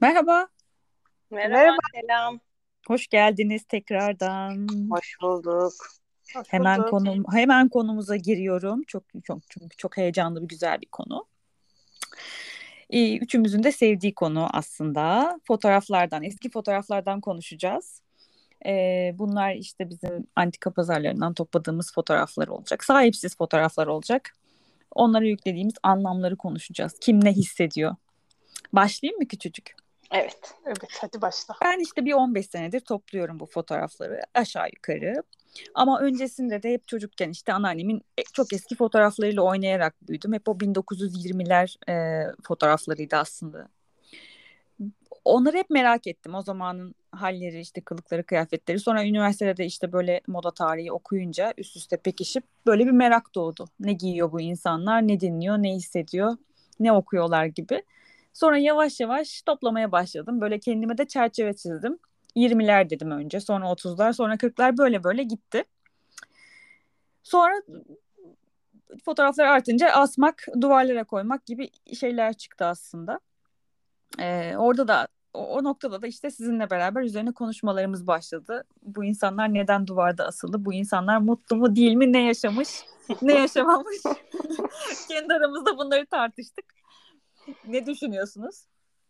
Merhaba, Merhaba, Merhaba, selam. hoş geldiniz tekrardan. hoş bulduk. Hoş Hemen bulduk. konumuza giriyorum. Çünkü çok heyecanlı bir güzel bir konu. Üçümüzün de sevdiği konu aslında. Eski fotoğraflardan konuşacağız. Bunlar işte bizim antika pazarlarından topladığımız fotoğraflar olacak. Sahipsiz fotoğraflar olacak. Onlara yüklediğimiz anlamları konuşacağız. Kim ne hissediyor? Başlayayım mı küçücük? Evet. Evet, hadi başla. Ben işte bir 15 senedir topluyorum bu fotoğrafları aşağı yukarı. Ama öncesinde de hep çocukken işte anneannemin çok eski fotoğraflarıyla oynayarak büyüdüm. Hep o 1920'ler fotoğraflarıydı aslında. Onları hep merak ettim. O zamanın halleri, işte kılıkları, kıyafetleri. Sonra üniversitede de işte böyle moda tarihi okuyunca üst üste pekişip böyle bir merak doğdu. Ne giyiyor bu insanlar, ne dinliyor, ne hissediyor, ne okuyorlar gibi. Sonra yavaş yavaş toplamaya başladım. Böyle kendime de çerçeve çizdim. 20'ler dedim önce, sonra 30'lar, sonra 40'lar böyle böyle gitti. Sonra fotoğraflar artınca asmak, duvarlara koymak gibi şeyler çıktı aslında. Orada da o noktada da işte sizinle beraber üzerine konuşmalarımız başladı. Bu insanlar neden duvarda asılı? Bu insanlar mutlu mu değil mi? Ne yaşamış? Ne yaşamamış? Kendi aramızda bunları tartıştık. Ne düşünüyorsunuz?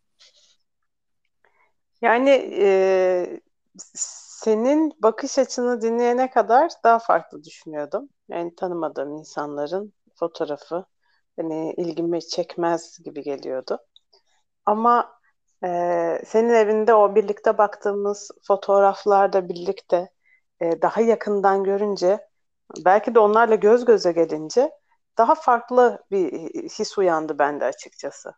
Yani senin bakış açını dinleyene kadar daha farklı düşünüyordum. Yani tanımadığım insanların fotoğrafı hani ilgimi çekmez gibi geliyordu. Ama senin evinde o birlikte baktığımız fotoğraflarla birlikte daha yakından görünce belki de onlarla göz göze gelince daha farklı bir his uyandı bende açıkçası.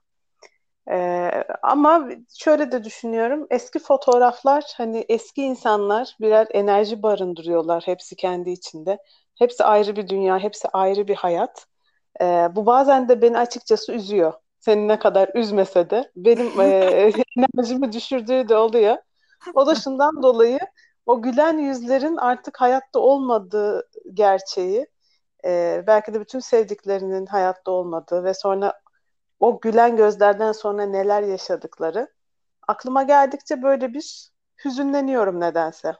Ama şöyle de düşünüyorum. Eski fotoğraflar hani eski insanlar birer enerji barındırıyorlar hepsi kendi içinde. Hepsi ayrı bir dünya, hepsi ayrı bir hayat. Bu bazen de beni açıkçası üzüyor. Seni ne kadar üzmese de benim enerjimi düşürdüğü de oluyor. O da şundan dolayı o gülen yüzlerin artık hayatta olmadığı gerçeği, belki de bütün sevdiklerinin hayatta olmadığı ve sonra o gülen gözlerden sonra neler yaşadıkları aklıma geldikçe böyle bir hüzünleniyorum nedense.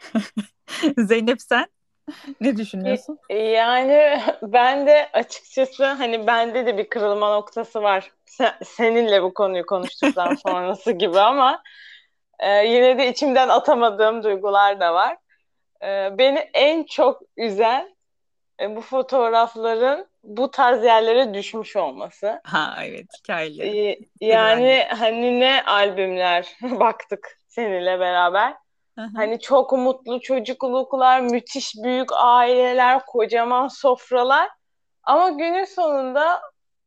Zeynep, sen ne düşünüyorsun? Yani ben de açıkçası hani bende de bir kırılma noktası var. Seninle bu konuyu konuştuktan sonrası gibi ama yine de içimden atamadığım duygular da var. Beni en çok üzen bu fotoğrafların bu tarz yerlere düşmüş olması. Ha, evet, hikayeleri. Yani Serüvenleri. hani ne albümler baktık seninle beraber. Hı hı. Hani çok mutlu çocukluklar, müthiş büyük aileler, kocaman sofralar. Ama günün sonunda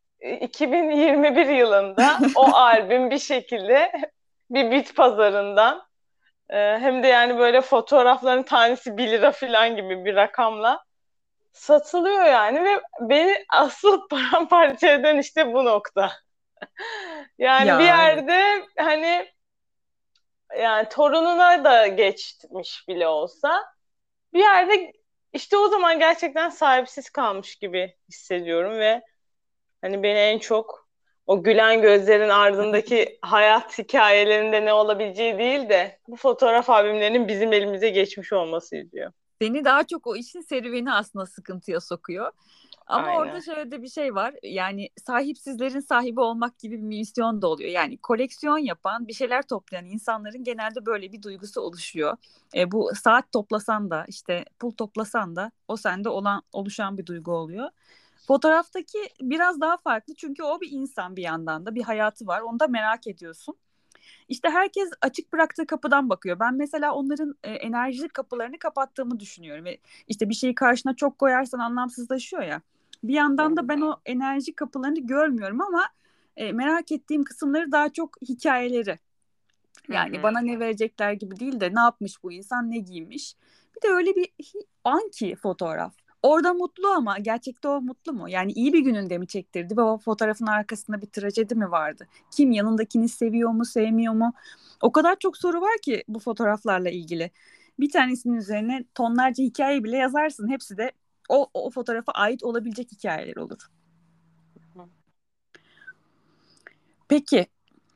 2021 yılında o albüm bir şekilde bir bit pazarından hem de yani böyle fotoğrafların tanesi 1 lira falan gibi bir rakamla satılıyor yani ve beni asıl paramparça eden işte bu nokta. Yani bir Ya, evet. yerde hani yani torununa da geçmiş bile olsa bir yerde işte o zaman gerçekten sahipsiz kalmış gibi hissediyorum ve hani beni en çok o gülen gözlerin ardındaki hayat hikayelerinde ne olabileceği değil de bu fotoğraf albümlerinin bizim elimize geçmiş olması üzüyor. Seni daha çok o işin serüveni aslında sıkıntıya sokuyor. Ama orada Aynen. şöyle de bir şey var. Yani sahipsizlerin sahibi olmak gibi bir misyon da oluyor. Yani koleksiyon yapan, bir şeyler toplayan insanların genelde böyle bir duygusu oluşuyor. Bu saat toplasan da, işte pul toplasan da o sende oluşan bir duygu oluyor. Fotoğraftaki biraz daha farklı çünkü o bir insan, bir yandan da bir hayatı var. Onu da merak ediyorsun. İşte herkes açık bıraktığı kapıdan bakıyor. Ben mesela onların enerji kapılarını kapattığımı düşünüyorum. Ve işte bir şeyi karşına çok koyarsan anlamsızlaşıyor ya. Bir yandan da ben o enerji kapılarını görmüyorum ama merak ettiğim kısımları daha çok hikayeleri. Hı Yani hı. bana ne verecekler gibi değil de ne yapmış bu insan, ne giymiş. Bir de öyle bir anki fotoğraf. Orada mutlu ama gerçekte o mutlu mu? Yani iyi bir gününde mi çektirdi ve o fotoğrafın arkasında bir trajedi mi vardı? Kim yanındakini seviyor mu, sevmiyor mu? O kadar çok soru var ki bu fotoğraflarla ilgili. Bir tanesinin üzerine tonlarca hikaye bile yazarsın. Hepsi de o fotoğrafa ait olabilecek hikayeler olur. Peki,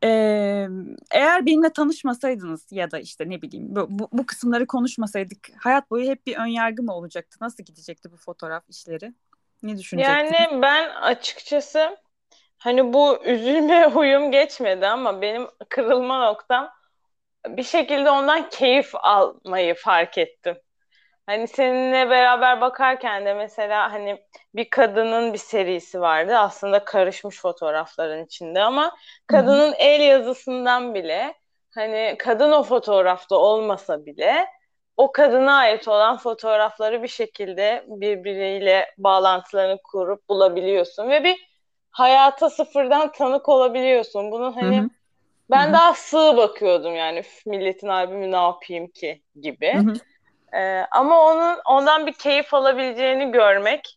Eğer benimle tanışmasaydınız ya da işte ne bileyim bu kısımları konuşmasaydık hayat boyu hep bir önyargı mı olacaktı? Nasıl gidecekti bu fotoğraf işleri? Ne düşünecektiniz? Yani ben açıkçası hani bu üzülme huyum geçmedi ama benim kırılma noktam bir şekilde ondan keyif almayı fark ettim. Hani seninle beraber bakarken de mesela hani bir kadının bir serisi vardı. Aslında karışmış fotoğrafların içinde ama Hı hı. kadının el yazısından bile hani kadın o fotoğrafta olmasa bile o kadına ait olan fotoğrafları bir şekilde birbiriyle bağlantılarını kurup bulabiliyorsun ve bir hayata sıfırdan tanık olabiliyorsun. Bunun Hı hani hı. ben daha sığ bakıyordum yani "Üf, milletin albümü ne yapayım ki" Hı gibi. hı. Ama ondan bir keyif alabileceğini görmek.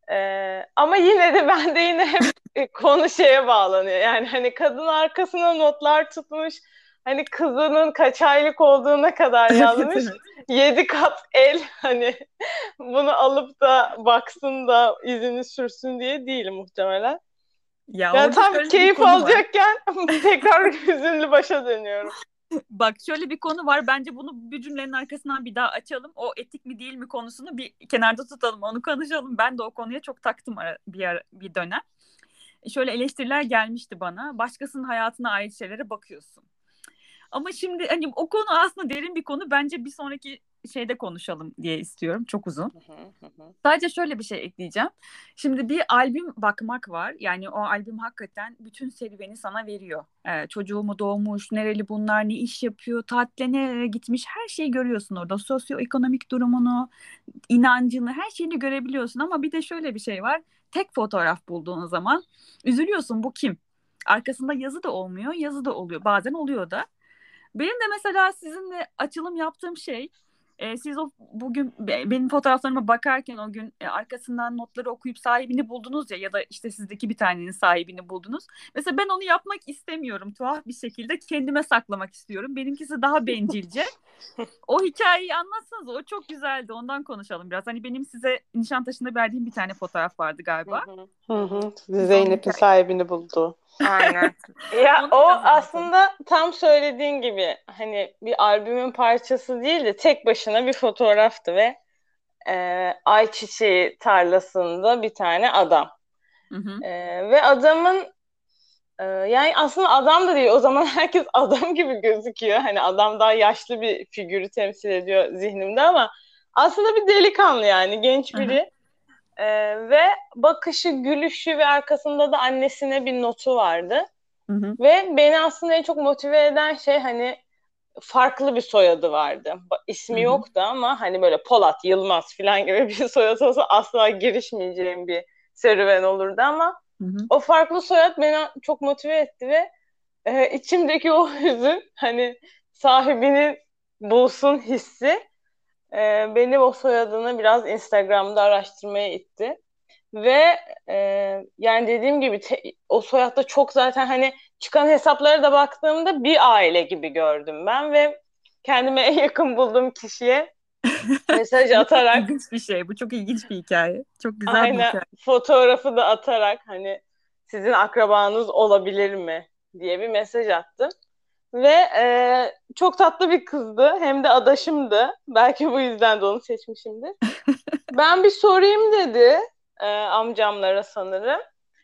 Ama yine de bende yine hep konu şeye bağlanıyor. Yani hani kadın arkasına notlar tutmuş. Hani kızının kaç aylık olduğuna kadar Evet, yazmış. evet. 7 kat el hani bunu alıp da baksın da izini sürsün diye değil muhtemelen. Ya Yani orada tam şöyle bir keyif konu var. alacakken tekrar hüzünlü başa dönüyorum. Bak şöyle bir konu var. Bence bunu bir cümlenin arkasından bir daha açalım. O etik mi değil mi konusunu bir kenarda tutalım. Onu konuşalım. Ben de o konuya çok taktım bir dönem. Şöyle eleştiriler gelmişti bana. Başkasının hayatına ait şeylere bakıyorsun. Ama şimdi hani o konu aslında derin bir konu. Bence bir sonraki şeyde konuşalım diye istiyorum. Çok uzun. Sadece şöyle bir şey ekleyeceğim. Şimdi bir albüm bakmak var. Yani o albüm hakikaten bütün serüveni sana veriyor. Çocuğu mu doğmuş, nereli bunlar, ne iş yapıyor, tatile nereye gitmiş her şeyi görüyorsun orada. Sosyoekonomik durumunu, inancını, her şeyini görebiliyorsun. Ama bir de şöyle bir şey var. Tek fotoğraf bulduğun zaman üzülüyorsun bu kim? Arkasında yazı da olmuyor, yazı da oluyor. Bazen oluyor da. Benim de mesela sizinle açılım yaptığım şey siz o bugün benim fotoğraflarıma bakarken o gün arkasından notları okuyup sahibini buldunuz ya da işte sizdeki bir tanenin sahibini buldunuz. Mesela ben onu yapmak istemiyorum. Tuhaf bir şekilde kendime saklamak istiyorum. Benimkisi daha bencilce. O hikayeyi anlatsanız o çok güzeldi. Ondan konuşalım biraz. Hani benim size Nişantaşı'nda verdiğim bir tane fotoğraf vardı galiba. Hı hı. Siz onun Zeynep'in hikaye. sahibini buldu. Aynen. Ya Onu o biraz anlatalım. aslında tam söylediğin gibi hani bir albümün parçası değil de tek başına bir fotoğraftı ve ayçiçeği tarlasında bir tane adam. Hı hı. Ve adamın yani aslında adam da değil. O zaman herkes adam gibi gözüküyor. Hani adam daha yaşlı bir figürü temsil ediyor zihnimde ama aslında bir delikanlı yani genç Hı hı. biri. Ve bakışı, gülüşü ve arkasında da annesine bir notu vardı. Hı hı. Ve beni aslında en çok motive eden şey hani farklı bir soyadı vardı. Hı İsmi hı. yoktu ama hani böyle Polat, Yılmaz falan gibi bir soyad olsa asla girişmeyeceğim bir serüven olurdu ama Hı hı. o farklı soyad beni çok motive etti ve içimdeki o hüzün hani sahibini bulsun hissi beni o soyadını biraz Instagram'da araştırmaya itti. Ve e, yani dediğim gibi o soyadda çok zaten hani çıkan hesaplara da baktığımda bir aile gibi gördüm ben ve kendime en yakın bulduğum kişiye mesaj Bu çok atarak ilginç bir şey. Bu çok ilginç bir hikaye. Çok güzel bir aynı hikaye. fotoğrafı da atarak hani sizin akrabanız olabilir mi diye bir mesaj attım. Ve çok tatlı bir kızdı. Hem de adaşımdı. Belki bu yüzden de onu seçmişimdir. Ben bir sorayım dedi amcamlara sanırım.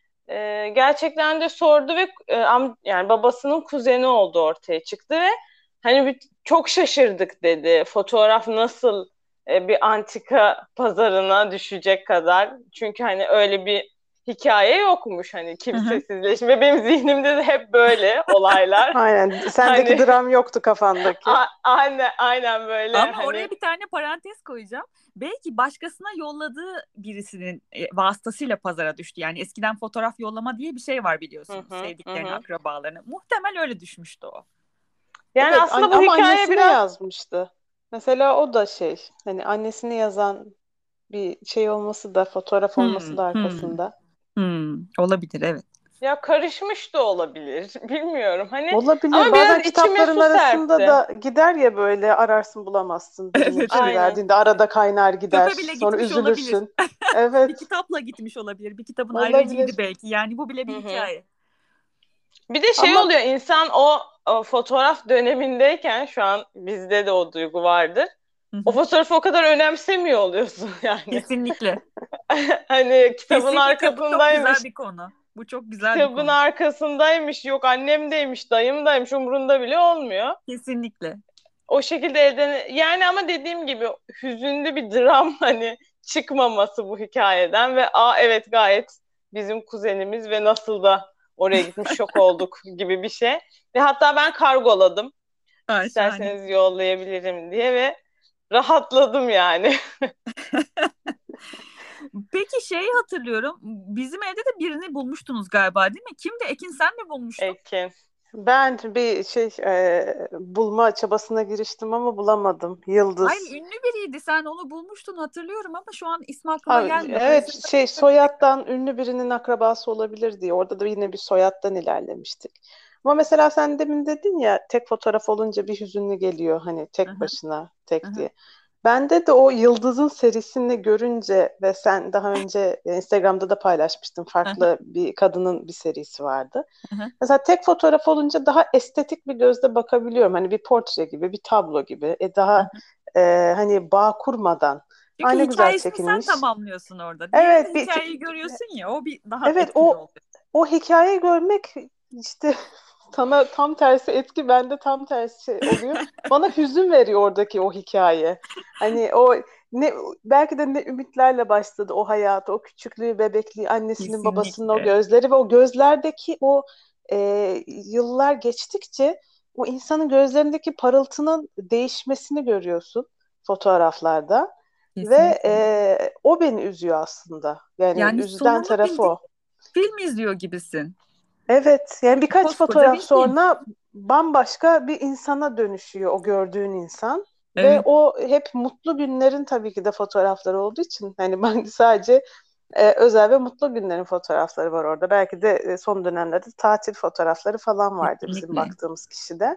Gerçekten de sordu ve yani babasının kuzeni oldu ortaya çıktı ve hani çok şaşırdık dedi. Fotoğraf nasıl bir antika pazarına düşecek kadar. Çünkü hani öyle bir hikaye yokmuş hani Hı hı. kimsesizleşme. Ve benim zihnimde de hep böyle olaylar. Aynen. Sendeki Hani dram yoktu kafandaki. aynen böyle Ama oraya hani bir tane parantez koyacağım. Belki başkasına yolladığı birisinin vasıtasıyla pazara düştü. Yani eskiden fotoğraf yollama diye bir şey var hı biliyorsunuz. hı, hı Sevdiklerine, hı. akrabalarına. Muhtemel öyle düşmüştü o. Yani Evet aslında bu ama hikaye annesine biraz yazmıştı. Mesela o da şey hani annesini yazan bir şey olması da fotoğraf olması da arkasında. Olabilir evet. ya karışmış da olabilir. Bilmiyorum. Hani ama Olabilir. biraz Bazen içime kitapların su arasında serpti. da gider ya böyle ararsın bulamazsın birine bir Evet şey evet. Aynen. verdiğinde arada kaynar gider. Çöpe bile Sonra gitmiş olabilir. üzülürsün. Bir Evet, kitapla gitmiş olabilir. Bir kitabın ayrıcıydı olabilir. belki. Yani bu bile Hı bir hı. hikaye. Bir de şey Ama oluyor, insan o fotoğraf dönemindeyken, şu an bizde de o duygu vardır. Hı O hı. fotoğrafı o kadar önemsemiyor oluyorsun yani. Kesinlikle. Hani kitabın Kesinlikle, bu çok güzel arkasındaymış, bir konu. Bu çok güzel bir kitabın konu. arkasındaymış, yok annemdeymiş, dayımdaymış, umurunda bile olmuyor. Kesinlikle. O şekilde elden yani, ama dediğim gibi hüzünlü bir dram hani çıkmaması bu hikayeden ve evet, gayet bizim kuzenimiz ve nasıl da oraya gitmiş, şok olduk gibi bir şey. Ve hatta ben kargoladım, Ay, şahane. isterseniz yollayabilirim diye ve rahatladım yani. Peki şeyi hatırlıyorum. Bizim evde de birini bulmuştunuz galiba, değil mi? Kimdi? Ekin, sen mi bulmuştun? Ekin. ben bir bulma çabasına giriştim ama bulamadım. Hayır, Yıldız. ünlü biriydi. Sen onu bulmuştun, hatırlıyorum ama şu an ismi aklıma Ha, gelmiyor. evet, Karıştırdım. soyattan ünlü birinin akrabası olabilir diye. Orada da yine bir soyattan ilerlemiştik. Ama mesela sen demin dedin ya, tek fotoğraf olunca bir hüzünlü geliyor hani, Hı tek hı, başına hı tek hı, diye. Bende de o Yıldız'ın serisini görünce ve sen daha önce Instagram'da da paylaşmıştın, hı hı, farklı bir kadının bir serisi vardı. hı hı, Mesela tek fotoğraf olunca daha estetik bir gözle bakabiliyorum. Hani bir portre gibi, bir tablo gibi. hı Daha hı. hani bağ kurmadan. Çünkü Ay ne güzel hikayesini sen çekilmiş. tamamlıyorsun orada. Diğerinde Evet, hikayeyi görüyorsun ya, o bir daha evet, etkili oluyor. o hikayeyi görmek işte sana tam tersi etki, bende tam tersi şey oluyor. Bana hüzün veriyor oradaki o hikaye. Hani o ne, belki de ne ümitlerle başladı o hayatı, o küçüklüğü, bebekliği, annesinin babasının o Kesinlikle. gözleri ve o gözlerdeki o yıllar geçtikçe o insanın gözlerindeki parıltının değişmesini görüyorsun fotoğraflarda. Ve Kesinlikle. o beni üzüyor aslında. Yani Yani üzülen sonunu tarafı bildiğin o. film izliyor gibisin. Evet, yani birkaç Koskoca fotoğraf bir film. sonra bambaşka bir insana dönüşüyor o gördüğün insan. Ve Evet. o hep mutlu günlerin tabii ki de fotoğrafları olduğu için hani ben sadece özel ve mutlu günlerin fotoğrafları var orada. Belki de son dönemlerde tatil fotoğrafları falan vardı bizim Kesinlikle. baktığımız kişide.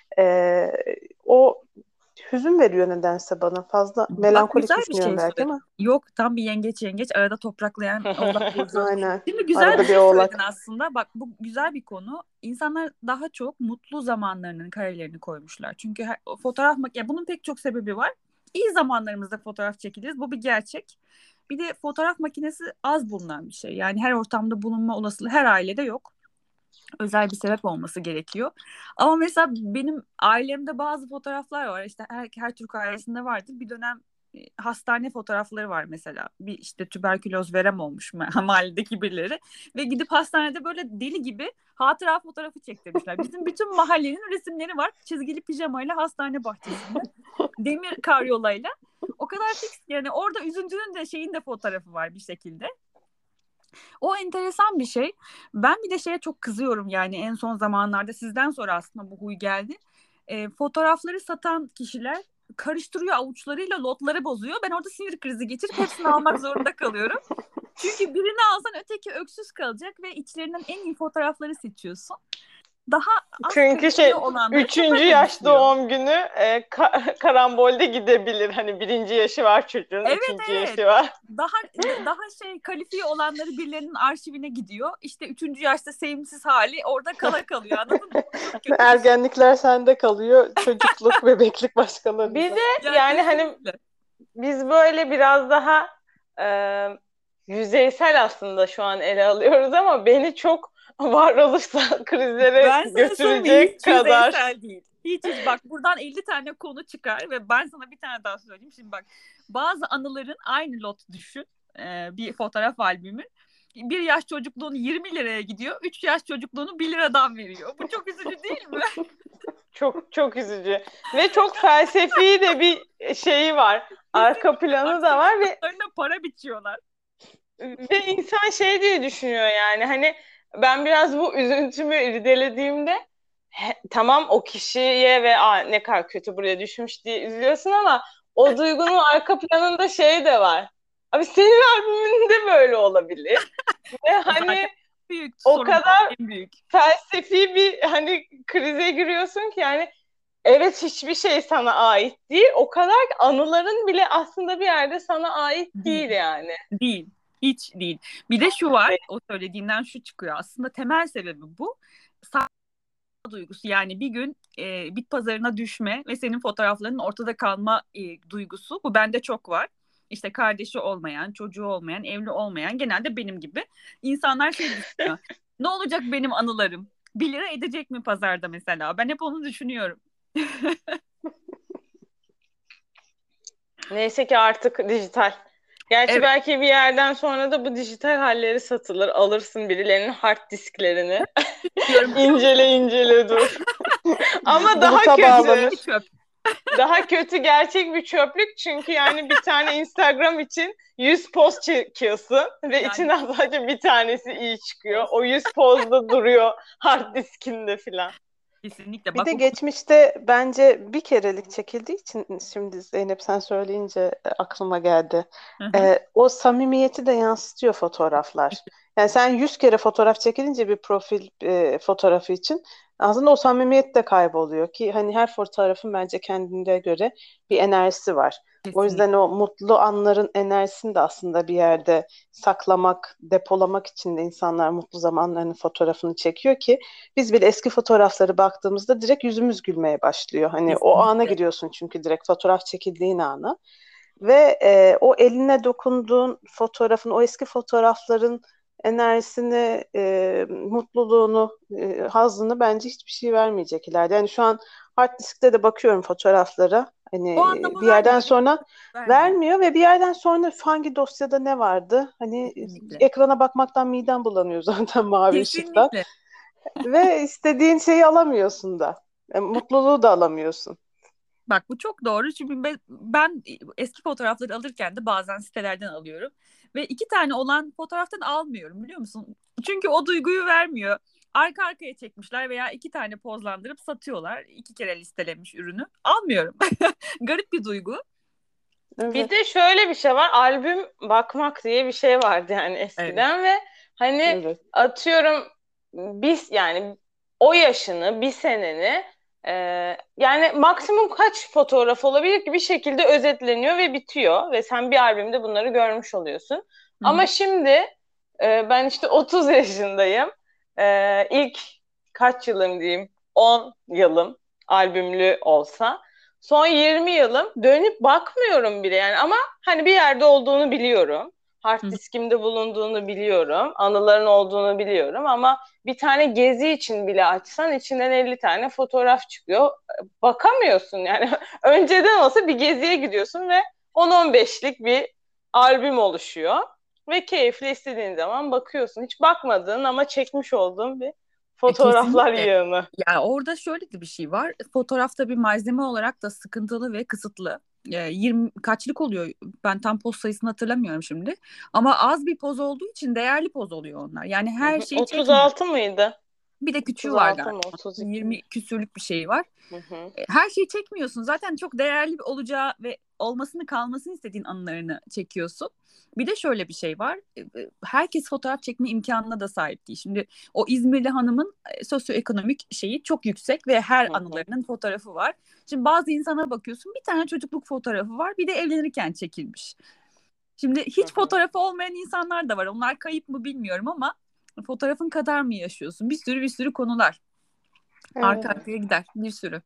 E, O hüzün veriyor nedense bana. Fazla Bak, melankolik güzel bir düşünüyorum şey belki söyledin. ama. Yok, tam bir yengeç yengeç arada topraklayan Oğlak Burcu. Aynen. Değil mi? Güzel bir Arada bir şey söyledin oğlak. aslında. Bak, bu güzel bir konu. İnsanlar daha çok mutlu zamanlarının karelerini koymuşlar. Çünkü fotoğraf makinesi, bunun pek çok sebebi var. İyi zamanlarımızda fotoğraf çekiliriz. Bu bir gerçek. Bir de fotoğraf makinesi az bulunan bir şey. Yani her ortamda bulunma olasılığı her ailede yok. Özel bir sebep olması gerekiyor. Ama mesela benim ailemde bazı fotoğraflar var. İşte her Türk ailesinde vardır. Bir dönem hastane fotoğrafları var mesela. Bir işte tüberküloz verem olmuş mahalledeki birileri. Ve gidip hastanede böyle deli gibi hatıra fotoğrafı çektirmişler. Bizim bütün mahallenin resimleri var. Çizgili pijamayla hastane bahçesinde. Demir karyolayla. O kadar fix yani, orada üzüntünün de şeyin de fotoğrafı var bir şekilde. O enteresan bir şey. Ben bir de şeye çok kızıyorum, yani en son zamanlarda sizden sonra aslında bu huy geldi. Fotoğrafları satan kişiler karıştırıyor avuçlarıyla, lotları bozuyor. Ben orada sinir krizi geçirip hepsini almak zorunda kalıyorum. Çünkü birini alsan öteki öksüz kalacak ve içlerinden en iyi fotoğrafları seçiyorsun. Daha az Çünkü kaliteli olanları üçüncü çöpe de yaş düşüyor. doğum günü karambolde gidebilir. Hani birinci yaşı var çocuğun, Evet, ikinci evet. yaşı var. Daha kalifiye olanları birilerinin arşivine gidiyor. İşte üçüncü yaşta sevimsiz hali orada kala kalıyor. Anladın mı? Bu çok kötü bir şey. Ergenlikler sende kalıyor. Çocukluk, bebeklik Bir de başkalarında. Ya, yani hani kesinlikle. biz böyle biraz daha yüzeysel aslında şu an ele alıyoruz, ama beni çok varoluşsal krizlere Ben sana söyleyeyim mi? götürecek Hiç kadar. yüzeysel değil. Hiç. Bak, buradan 50 tane konu çıkar ve ben sana bir tane daha söyleyeyim. Şimdi bak, bazı anıların aynı lot düşün. Bir fotoğraf albümü. Bir yaş çocukluğunu 20 liraya gidiyor. 3 yaş çocukluğunu 1 liradan veriyor. Bu çok üzücü değil mi? Çok çok üzücü. Ve çok felsefi de bir şeyi var. Arka Kesinlikle. planı Bak, da senin var ve kutlarına para biçiyorlar. insan şey diye düşünüyor yani, hani ben biraz bu üzüntümü irdelediğimde tamam, o kişiye ve ne kadar kötü buraya düşmüş diye üzülüyorsun, ama o duygunun arka planında şey de var. Abi, senin albümünde böyle olabilir. Ve Zaten hani büyük o sorun o. kadar En büyük. felsefi bir hani krize giriyorsun ki, yani evet, hiçbir şey sana ait değil. O kadar ki anıların bile aslında bir yerde sana ait Değil. değil yani. Değil. Hiç değil. Bir de şu var. O söylediğinden şu çıkıyor. Aslında temel sebebi bu. duygusu. Yani bir gün bit pazarına düşme ve senin fotoğraflarının ortada kalma duygusu. Bu bende çok var. İşte kardeşi olmayan, çocuğu olmayan, evli olmayan, genelde benim gibi insanlar şey düşünüyor. Ne olacak benim anılarım? 1 lira edecek mi pazarda mesela? Ben hep onu düşünüyorum. Neyse ki artık dijital. Gerçi Evet. belki bir yerden sonra da bu dijital halleri satılır. Alırsın birilerinin hard disklerini. Diyorum. İncele dur. Ama daha Buluta kötü. bağlanır. Çöp. Daha kötü gerçek bir çöplük, çünkü yani bir tane Instagram için 100 post çekiyorsun ve Yani- içinden sadece bir tanesi iyi çıkıyor. O 100 pozda duruyor hard diskinde filan. Kesinlikle. Bir Bak de o geçmişte bence bir kerelik çekildiği için, şimdi Zeynep sen söyleyince aklıma geldi. Hı hı. O samimiyeti de yansıtıyor fotoğraflar. Yani sen 100 kere fotoğraf çekilince bir profil fotoğrafı için aslında o samimiyet de kayboluyor ki hani her fotoğrafın bence kendine göre bir enerjisi var. O Kesinlikle. yüzden o mutlu anların enerjisini de aslında bir yerde saklamak, depolamak için de insanlar mutlu zamanlarının fotoğrafını çekiyor ki biz bile eski fotoğrafları baktığımızda direkt yüzümüz gülmeye başlıyor. Hani o ana Kesinlikle. giriyorsun çünkü direkt fotoğraf çekildiğin ana. Ve o eline dokunduğun fotoğrafın, o eski fotoğrafların enerjisini, mutluluğunu, hazzını bence hiçbir şey vermeyecek ileride. Yani şu an hard diskte de bakıyorum fotoğraflara. Hani O anlamı bir yerden vermiyor. sonra Vermiyor. vermiyor ve bir yerden sonra hangi dosyada ne vardı? Hani Kesinlikle. ekrana bakmaktan midem bulanıyor zaten mavi ışıktan. Kesinlikle. Ve istediğin şeyi alamıyorsun da. Mutluluğu da alamıyorsun. Bak bu çok doğru. Çünkü ben eski fotoğrafları alırken de bazen sitelerden alıyorum. Ve 2 tane olan fotoğraftan almıyorum, biliyor musun? Çünkü o duyguyu vermiyor. Arka arkaya çekmişler veya 2 tane pozlandırıp satıyorlar. 2 kere listelemiş ürünü. Almıyorum. Garip bir duygu. Bir Evet, de şöyle bir şey var. Albüm bakmak diye bir şey vardı yani eskiden ve hani evet. atıyorum biz yani o yaşını, bir seneni e, yani maksimum kaç fotoğraf olabilir ki bir şekilde özetleniyor ve bitiyor ve sen bir albümde bunları görmüş oluyorsun. Hı hı. Ama şimdi ben işte 30 yaşındayım. İlk kaç yılım diyeyim? 10 yılım albümlü olsa. Son 20 yılım dönüp bakmıyorum bile yani, ama hani bir yerde olduğunu biliyorum. Hı Hard hı. diskimde bulunduğunu biliyorum. Anıların olduğunu biliyorum, ama bir tane gezi için bile açsan içinden 50 tane fotoğraf çıkıyor. Bakamıyorsun yani. Önceden olsa bir geziye gidiyorsun ve 10-15'lik bir albüm oluşuyor. Ve keyifli istediğin zaman bakıyorsun. Hiç bakmadığın ama çekmiş olduğun bir fotoğraflar Kesinlikle. yığını. Ya orada şöyle de bir şey var. Fotoğrafta bir malzeme olarak da sıkıntılı ve kısıtlı. 20 kaçlık oluyor? Ben tam poz sayısını hatırlamıyorum şimdi. Ama az bir poz olduğu için değerli poz oluyor onlar. Yani Hı her hı. şeyi çekmiyor. 36 mıydı? Bir de küçüğü var 36 galiba. mı 32 mi? 20 küsürlük bir şey var. Hı hı. Her şeyi çekmiyorsun. Zaten çok değerli olacağı ve olmasını kalmasını istediğin anılarını çekiyorsun. Bir de şöyle bir şey var. Herkes fotoğraf çekme imkanına da sahip değil. Şimdi o İzmirli hanımın sosyoekonomik şeyi çok yüksek ve her Hı hı. anılarının fotoğrafı var. Şimdi bazı insana bakıyorsun, bir tane çocukluk fotoğrafı var, bir de evlenirken çekilmiş. Şimdi Hı hiç hı. fotoğrafı olmayan insanlar da var. Onlar kayıp mı bilmiyorum ama fotoğrafın kadar mı yaşıyorsun? Bir sürü konular. Arka Evet. arkaya gider bir sürü.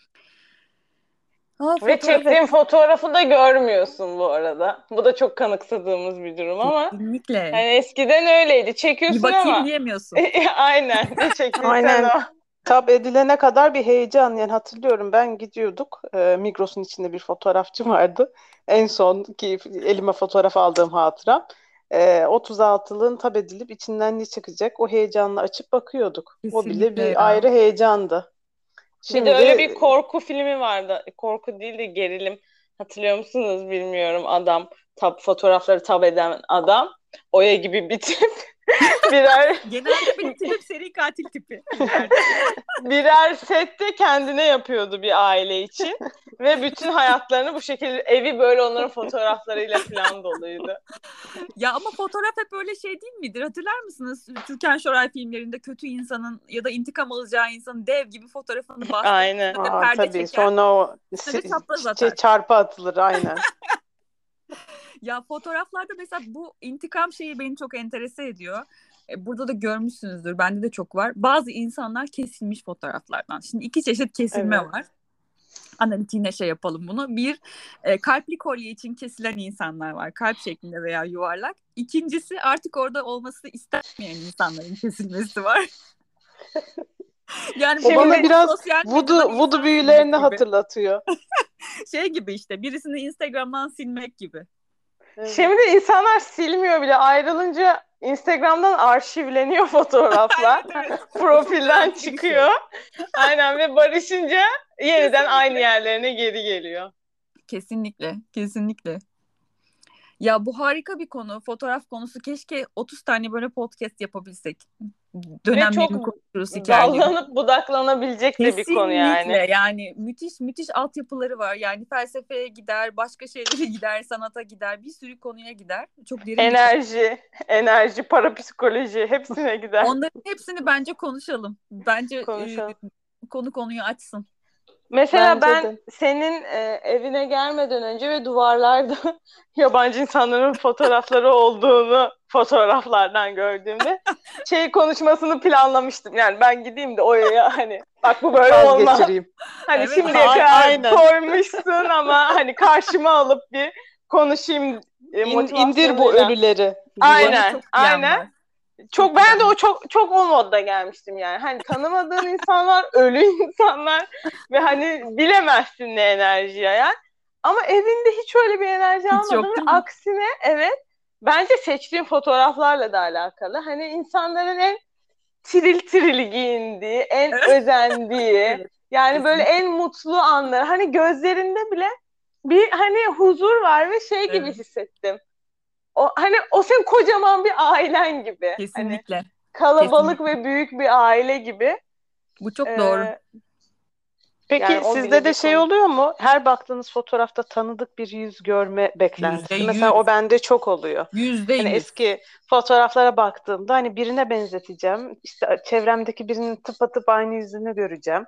Ve Fotoğraf çektiğin fotoğrafı da görmüyorsun bu arada. Bu da çok kanıksadığımız bir durum, ama kesinlikle. hani eskiden öyleydi. Bir Çekiyorsun bakayım ama diyemiyorsun. aynen, ne çektiysen Aynen. o. Tab edilene kadar bir heyecan. Yani hatırlıyorum, ben gidiyorduk. Migros'un içinde bir fotoğrafçı vardı. En son ki elime fotoğraf aldığım hatıram. 36'lığın tab edilip içinden ne çıkacak? O heyecanla açıp bakıyorduk. O bile Kesinlikle bir ya. ayrı heyecandı. Bir de öyle Şimdi bir korku filmi vardı. Korku değil de gerilim. Hatırlıyor musunuz bilmiyorum. Adam, fotoğrafları tab eden adam. Oya gibi bir tip. Birer Genelde benim tipim seri katil tipi ileride. birer sette kendine yapıyordu bir aile için. Ve bütün hayatlarını bu şekilde, evi böyle onların fotoğraflarıyla falan doluydu. Ya ama fotoğraf hep öyle şey değil midir? Hatırlar mısınız? Türkan Şoray filmlerinde kötü insanın ya da intikam alacağı insanın dev gibi fotoğrafını bastırıp Aynen. üstüne de perde tabii çeker, sonra o üstüne de çapraz atar. çarpı atılır aynen. Ya fotoğraflarda mesela bu intikam şeyi beni çok enterese ediyor. Burada da görmüşsünüzdür. Bende de çok var. Bazı insanlar kesilmiş fotoğraflardan. Şimdi iki çeşit kesilme Evet. var. Analitiğine şey yapalım bunu. Bir, kalpli kolye için kesilen insanlar var. Kalp şeklinde veya yuvarlak. İkincisi, artık orada olması istenmeyen insanların kesilmesi var. Yani O bana biraz sosyal medyadan voodoo insan büyülerini silmek gibi. hatırlatıyor. Şey gibi işte, birisini Instagram'dan silmek gibi. Evet. Şimdi insanlar silmiyor bile. Ayrılınca Instagram'dan arşivleniyor fotoğraflar. Evet. Profilden Çok önemli bir çıkıyor. Aynen, ve barışınca yeniden Kesinlikle. aynı yerlerine geri geliyor. Kesinlikle, kesinlikle. Ya bu harika bir konu. Fotoğraf konusu. Keşke 30 tane böyle podcast yapabilsek. Ve Dönemlerini çok konuşuruz, hikayeleri. dallanıp budaklanabilecek de bir konu yani. Kesinlikle, yani müthiş altyapıları var. Yani felsefeye gider, başka şeylere gider, sanata gider, bir sürü konuya gider. Çok derin bir Enerji, parapsikoloji hepsine gider. Onların hepsini bence konuşalım. Bence Konuşalım. konu konuyu açsın. Mesela Bence ben de. senin evine gelmeden önce ve duvarlarda yabancı insanların fotoğrafları olduğunu fotoğraflardan gördüğümde konuşmasını planlamıştım. Yani ben gideyim de Oya'ya hani bak bu böyle olmaz. Vazgeçireyim. Hani Evet, şimdiye kadar aynen. koymuşsun ama hani karşıma alıp bir konuşayım İndir bu motivasyonuyla. ölüleri diye. Aynen, çok diyen aynen. var. Çok ben de çok o modda gelmiştim yani. Hani tanımadığın insanlar, ölü insanlar ve hani bilemezsin ne enerji yayar. Ama evinde hiç öyle bir enerji Hiç almadım yok, ve değil mi? aksine evet, bence seçtiğim fotoğraflarla da alakalı. Hani insanların en tiril giyindiği, en özendiği, Evet, yani böyle kesinlikle. en mutlu anları. Hani gözlerinde bile bir hani huzur var ve gibi Evet. hissettim. O senin kocaman bir ailen gibi. Hani Kesinlikle. kalabalık Kesinlikle. ve büyük bir aile gibi. Bu çok doğru. Peki Yani o sizde bile de bir şey konu. oluyor mu? Her baktığınız fotoğrafta tanıdık bir yüz görme beklentisi. %100. Mesela o bende çok oluyor. %100. Hani eski fotoğraflara baktığımda hani birine benzeteceğim. İşte çevremdeki birinin tıpatıp aynı yüzünü göreceğim.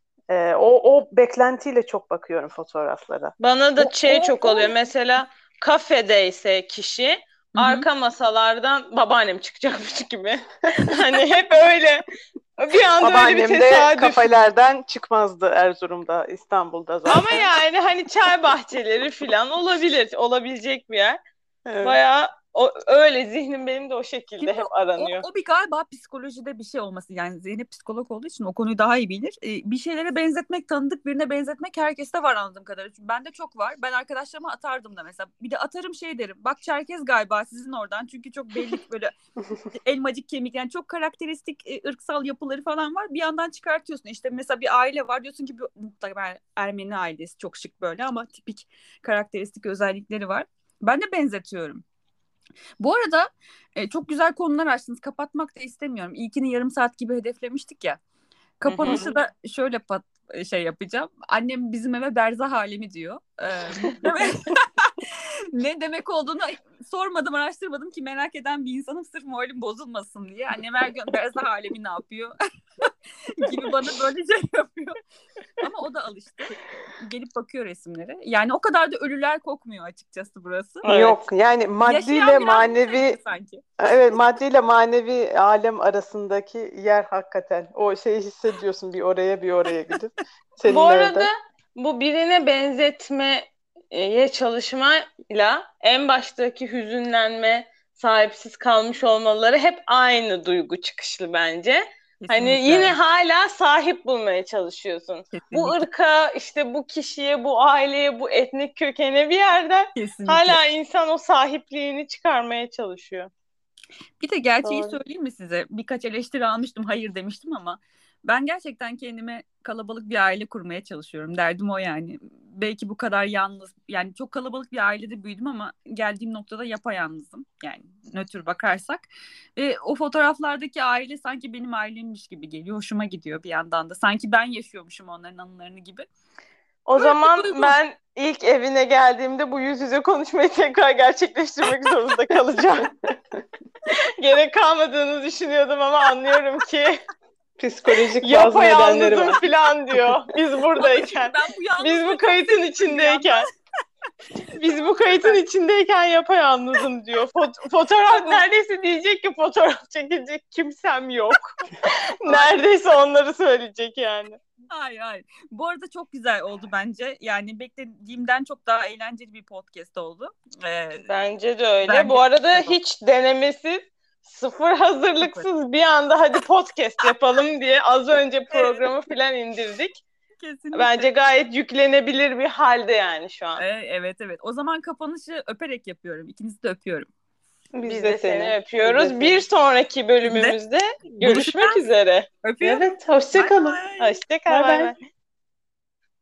O beklentiyle çok bakıyorum fotoğraflara. Bana da O- çok oluyor. Mesela kafedeyse kişi, Hı hı. arka masalardan babaannem çıkacakmış gibi. Hani hep öyle. Bir anda öyle bir Babaannem de tesadüf. kafelerden çıkmazdı Erzurum'da, İstanbul'da zaten. Ama yani hani çay bahçeleri falan olabilir. Olabilecek bir yer. Evet. Bayağı öyle zihnim benim de o şekilde Şimdi hep aranıyor. o bir galiba psikolojide bir şey olması. Yani Zeynep psikolog olduğu için o konuyu daha iyi bilir. Bir şeylere benzetmek, tanıdık birine benzetmek herkeste var anladığım kadarıyla. Çünkü bende çok var. Ben arkadaşlarıma atardım da mesela. Bir de atarım şey derim. Bak Çerkez galiba sizin oradan. Çünkü çok belli böyle elmacık kemik, yani çok karakteristik ırksal yapıları falan var. Bir yandan çıkartıyorsun. İşte mesela bir aile var, diyorsun ki muhtemelen Ermeni ailesi, çok şık böyle ama tipik karakteristik özellikleri var. Ben de benzetiyorum. Bu arada çok güzel konular açtınız. Kapatmak da istemiyorum. İlkini yarım saat gibi hedeflemiştik ya. Kapanışı da şöyle şey yapacağım. Annem bizim eve berzah alemi diyor. Ne demek olduğunu sormadım, araştırmadım ki merak eden bir insanım, sırf moralim bozulmasın diye. Annem her gün berzah alemi ne yapıyor gibi bana böyle şey yapıyor. Ama o da alıştı. Gelip bakıyor resimlere. Yani o kadar da ölüler kokmuyor açıkçası burası. Evet. Yok yani maddiyle manevi sanki. Evet, maddiyle manevi alem arasındaki yer hakikaten. O şeyi hissediyorsun, bir oraya bir oraya gidip. Senin Bu arada evde. bu birine benzetmeye çalışmayla en baştaki hüzünlenme, sahipsiz kalmış olmaları hep aynı duygu çıkışlı bence. Hani Kesinlikle. yine hala sahip bulmaya çalışıyorsun. Kesinlikle. Bu ırka, işte bu kişiye, bu aileye, bu etnik kökene bir yerden Kesinlikle. hala insan o sahipliğini çıkarmaya çalışıyor. Bir de gerçeği Doğru. söyleyeyim mi size? Birkaç eleştiri almıştım, hayır demiştim ama ben gerçekten kendime kalabalık bir aile kurmaya çalışıyorum. Derdim o yani. Belki bu kadar yalnız, yani çok kalabalık bir ailede büyüdüm ama geldiğim noktada yapayalnızım. Yani nötr bakarsak. Ve o fotoğraflardaki aile sanki benim ailemmiş gibi geliyor. Hoşuma gidiyor bir yandan da. Sanki ben yaşıyormuşum onların anılarını gibi. O Böyle zaman duygu. ben ilk evine geldiğimde bu yüz yüze konuşmayı tekrar gerçekleştirmek zorunda kalacağım. Gerek kalmadığını düşünüyordum ama anlıyorum ki Psikolojik bazı nedenleri yapayalnızım var. falan diyor. Biz buradayken. Ben bu Biz bu kayıtın içindeyken. Biz bu kayıtın içindeyken yapayalnızım diyor. Fotoğraf neredeyse diyecek ki fotoğraf çekecek kimsem yok. Neredeyse onları söyleyecek yani. Hayır. Bu arada çok güzel oldu bence. Yani beklediğimden çok daha eğlenceli bir podcast oldu. Bence de öyle. Bu arada hiç denemesiz, sıfır hazırlıksız bir anda hadi podcast yapalım diye az önce programı falan indirdik. Kesinlikle. Bence gayet yüklenebilir bir halde yani şu an. Evet. O zaman kapanışı öperek yapıyorum. İkinizi de öpüyorum. Biz de seni öpüyoruz. Bir sonraki bölümümüzde görüşmek üzere. Öpüyorum. Evet, hoşça kalın. Hoşça kal.